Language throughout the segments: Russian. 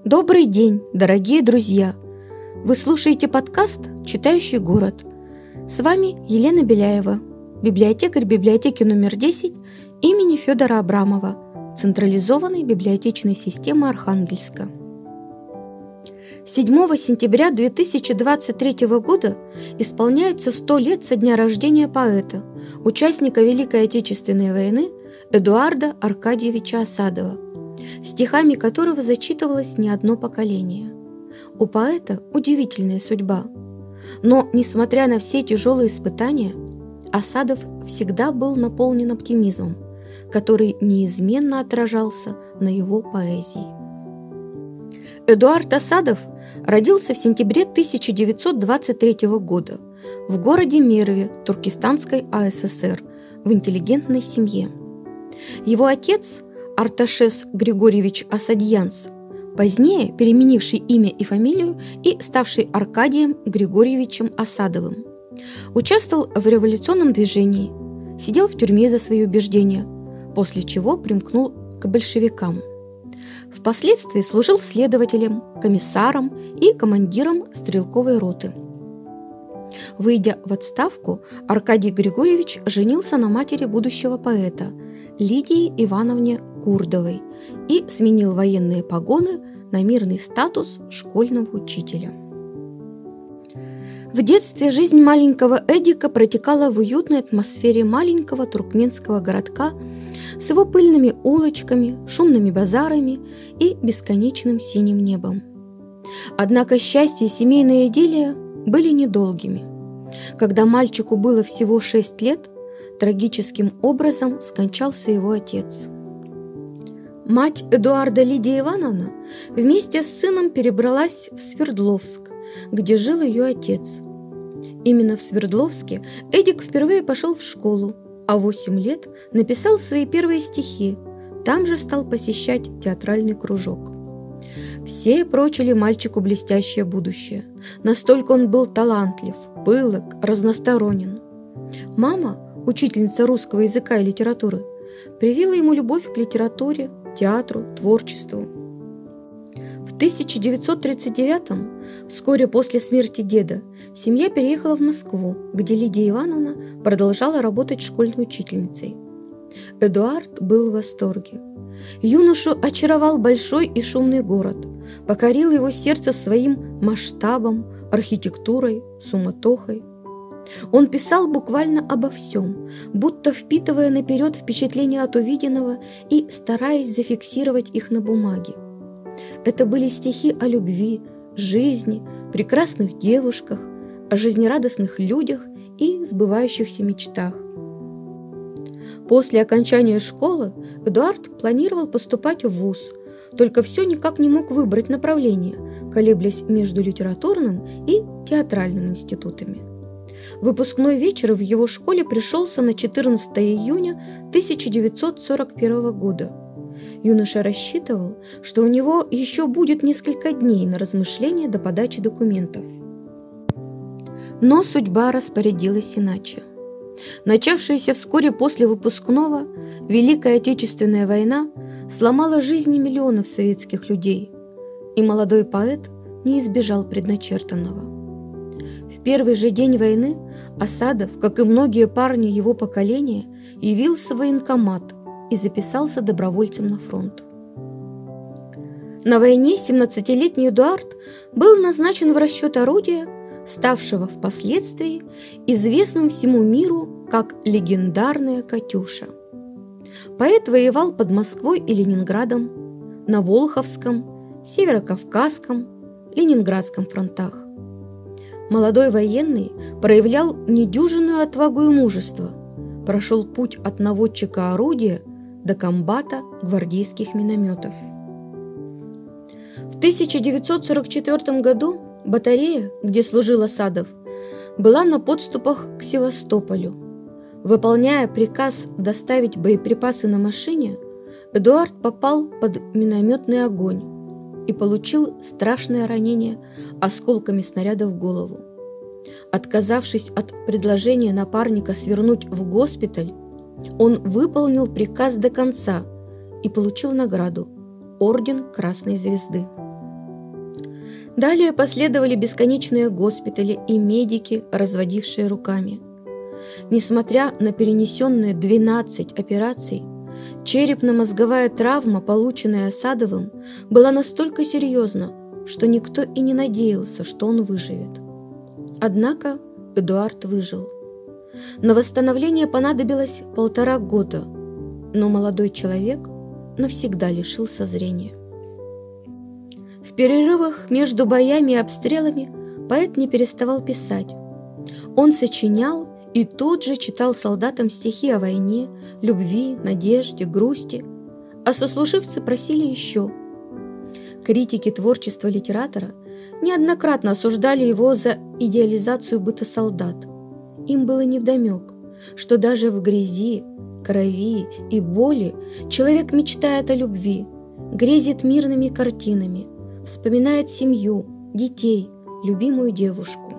Добрый день, дорогие друзья! Вы слушаете подкаст «Читающий город». С вами Елена Беляева, библиотекарь библиотеки номер 10 имени Федора Абрамова, централизованной библиотечной системы Архангельска. 7 сентября 2023 года исполняется 100 лет со дня рождения поэта, участника Великой Отечественной войны Эдуарда Аркадьевича Асадова, стихами которого зачитывалось не одно поколение. У поэта удивительная судьба. Но, несмотря на все тяжелые испытания, Асадов всегда был наполнен оптимизмом, который неизменно отражался на его поэзии. Эдуард Асадов родился в сентябре 1923 года в городе Мерве Туркестанской АССР в интеллигентной семье. Его отец Арташес Григорьевич Асадьянц, позднее переменивший имя и фамилию и ставший Аркадием Григорьевичем Асадовым, участвовал в революционном движении, сидел в тюрьме за свои убеждения, после чего примкнул к большевикам. Впоследствии служил следователем, комиссаром и командиром стрелковой роты. Выйдя в отставку, Аркадий Григорьевич женился на матери будущего поэта Лидии Ивановне Курдовой и сменил военные погоны на мирный статус школьного учителя. В детстве жизнь маленького Эдика протекала в уютной атмосфере маленького туркменского городка с его пыльными улочками, шумными базарами и бесконечным синим небом. Однако счастье и семейная идиллия были недолгими. Когда мальчику было всего 6 лет, трагическим образом скончался его отец. Мать Эдуарда, Лидия Ивановна, вместе с сыном перебралась в Свердловск, где жил ее отец. Именно в Свердловске Эдик впервые пошел в школу, а в 8 лет написал свои первые стихи, там же стал посещать театральный кружок. Все прочили мальчику блестящее будущее, настолько он был талантлив, пылок, разносторонен. Мама, учительница русского языка и литературы, привила ему любовь к литературе, театру, творчеству. В 1939-м, вскоре после смерти деда, семья переехала в Москву, где Лидия Ивановна продолжала работать школьной учительницей. Эдуард был в восторге. Юношу очаровал большой и шумный город, покорил его сердце своим масштабом, архитектурой, суматохой. Он писал буквально обо всем, будто впитывая наперед впечатления от увиденного и стараясь зафиксировать их на бумаге. Это были стихи о любви, жизни, прекрасных девушках, о жизнерадостных людях и сбывающихся мечтах. После окончания школы Эдуард планировал поступать в вуз, только все никак не мог выбрать направление, колеблясь между литературным и театральным институтами. Выпускной вечер в его школе пришелся на 14 июня 1941 года. Юноша рассчитывал, что у него еще будет несколько дней на размышления до подачи документов. Но судьба распорядилась иначе. Начавшаяся вскоре после выпускного Великая Отечественная война сломала жизни миллионов советских людей, и молодой поэт не избежал предначертанного. В первый же день войны Асадов, как и многие парни его поколения, явился в военкомат и записался добровольцем на фронт. На войне 17-летний Эдуард был назначен в расчет орудия, ставшего впоследствии известным всему миру как легендарная «Катюша». Поэт воевал под Москвой и Ленинградом, на Волховском, Северокавказском, Ленинградском фронтах. Молодой военный проявлял недюжинную отвагу и мужество, прошел путь от наводчика орудия до комбата гвардейских минометов. В 1944 году батарея, где служил Асадов, была на подступах к Севастополю. Выполняя приказ доставить боеприпасы на машине, Эдуард попал под минометный огонь и получил страшное ранение осколками снаряда в голову. Отказавшись от предложения напарника свернуть в госпиталь, он выполнил приказ до конца и получил награду – Орден Красной Звезды. Далее последовали бесконечные госпитали и медики, разводившие руками. Несмотря на перенесенные 12 операций, черепно-мозговая травма, полученная Асадовым, была настолько серьезна, что никто и не надеялся, что он выживет. Однако Эдуард выжил. На восстановление понадобилось 1,5 года, но молодой человек навсегда лишился зрения. В перерывах между боями и обстрелами поэт не переставал писать. Он сочинял и тут же читал солдатам стихи о войне, любви, надежде, грусти, а сослуживцы просили еще. Критики творчества литератора неоднократно осуждали его за идеализацию быта солдат. Им было невдомек, что даже в грязи, крови и боли человек мечтает о любви, грезит мирными картинами, вспоминает семью, детей, любимую девушку.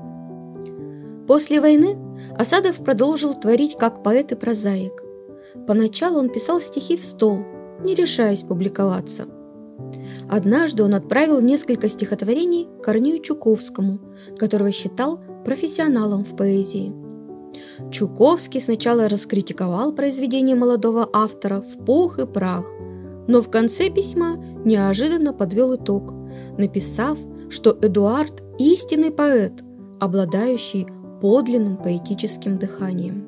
После войны Асадов продолжил творить как поэт и прозаик. Поначалу он писал стихи в стол, не решаясь публиковаться. Однажды он отправил несколько стихотворений Корнею Чуковскому, которого считал профессионалом в поэзии. Чуковский сначала раскритиковал произведение молодого автора в пух и прах, но в конце письма неожиданно подвел итог, написав, что Эдуард – истинный поэт, обладающий подлинным поэтическим дыханием.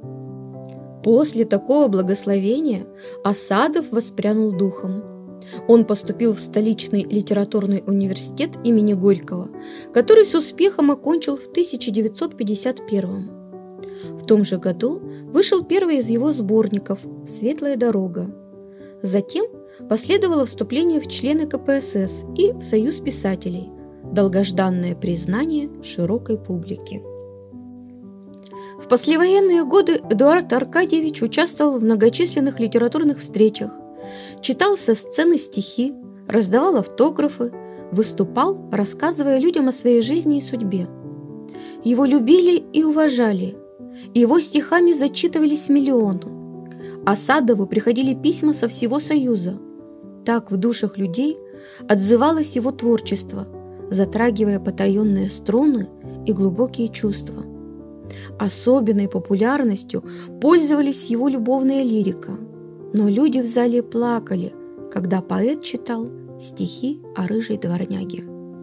После такого благословения Асадов воспрянул духом. Он поступил в столичный литературный университет имени Горького, который с успехом окончил в 1951. В том же году вышел первый из его сборников «Светлая дорога». Затем последовало вступление в члены КПСС и в Союз писателей, долгожданное признание широкой публики. В послевоенные годы Эдуард Аркадьевич участвовал в многочисленных литературных встречах, читал со сцены стихи, раздавал автографы, выступал, рассказывая людям о своей жизни и судьбе. Его любили и уважали, его стихами зачитывались миллионы. Асадову приходили письма со всего Союза. Так в душах людей отзывалось его творчество, затрагивая потаенные струны и глубокие чувства. Особенной популярностью пользовались его любовная лирика, но люди в зале плакали, когда поэт читал стихи о рыжей дворняге.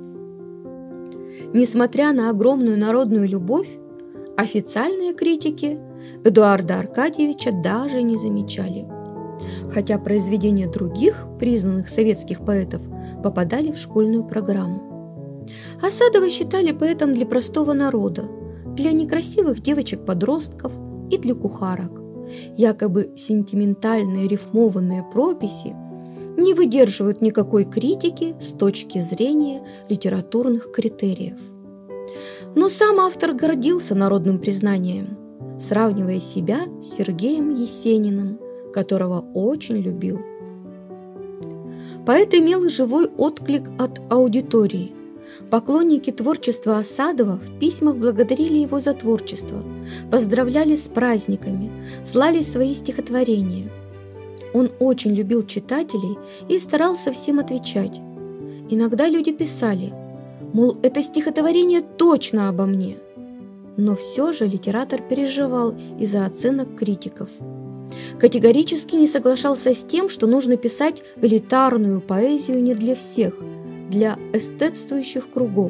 Несмотря на огромную народную любовь, официальные критики Эдуарда Аркадьевича даже не замечали, хотя произведения других признанных советских поэтов попадали в школьную программу. Асадова считали поэтом для простого народа, для некрасивых девочек-подростков и для кухарок. Якобы сентиментальные рифмованные прописи не выдерживают никакой критики с точки зрения литературных критериев. Но сам автор гордился народным признанием, сравнивая себя с Сергеем Есениным, которого очень любил. Поэт имел живой отклик от аудитории. Поклонники творчества Асадова в письмах благодарили его за творчество, поздравляли с праздниками, слали свои стихотворения. Он очень любил читателей и старался всем отвечать. Иногда люди писали, мол, это стихотворение точно обо мне. Но все же литератор переживал из-за оценок критиков. Категорически не соглашался с тем, что нужно писать элитарную поэзию не для всех, для эстетствующих кругов.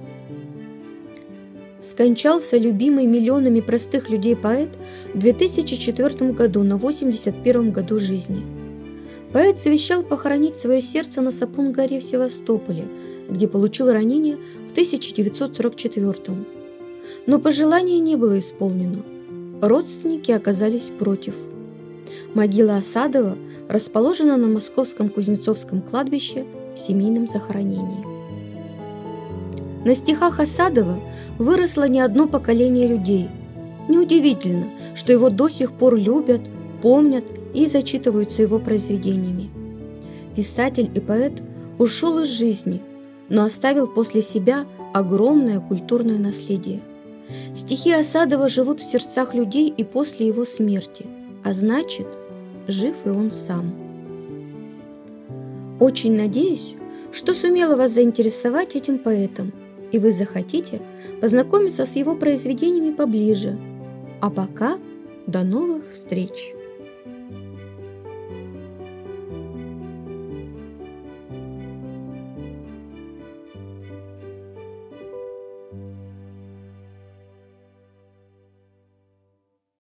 Скончался любимый миллионами простых людей поэт в 2004 году на 81 году жизни. Поэт завещал похоронить свое сердце на Сапун-горе в Севастополе, где получил ранение в 1944. Но пожелание не было исполнено. Родственники оказались против. Могила Асадова расположена на Московском Кузнецовском кладбище в семейном захоронении. На стихах Асадова выросло не одно поколение людей. Неудивительно, что его до сих пор любят, помнят и зачитываются его произведениями. Писатель и поэт ушел из жизни, но оставил после себя огромное культурное наследие. Стихи Асадова живут в сердцах людей и после его смерти, а значит, жив и он сам. Очень надеюсь, что сумело вас заинтересовать этим поэтом, и вы захотите познакомиться с его произведениями поближе. А пока до новых встреч!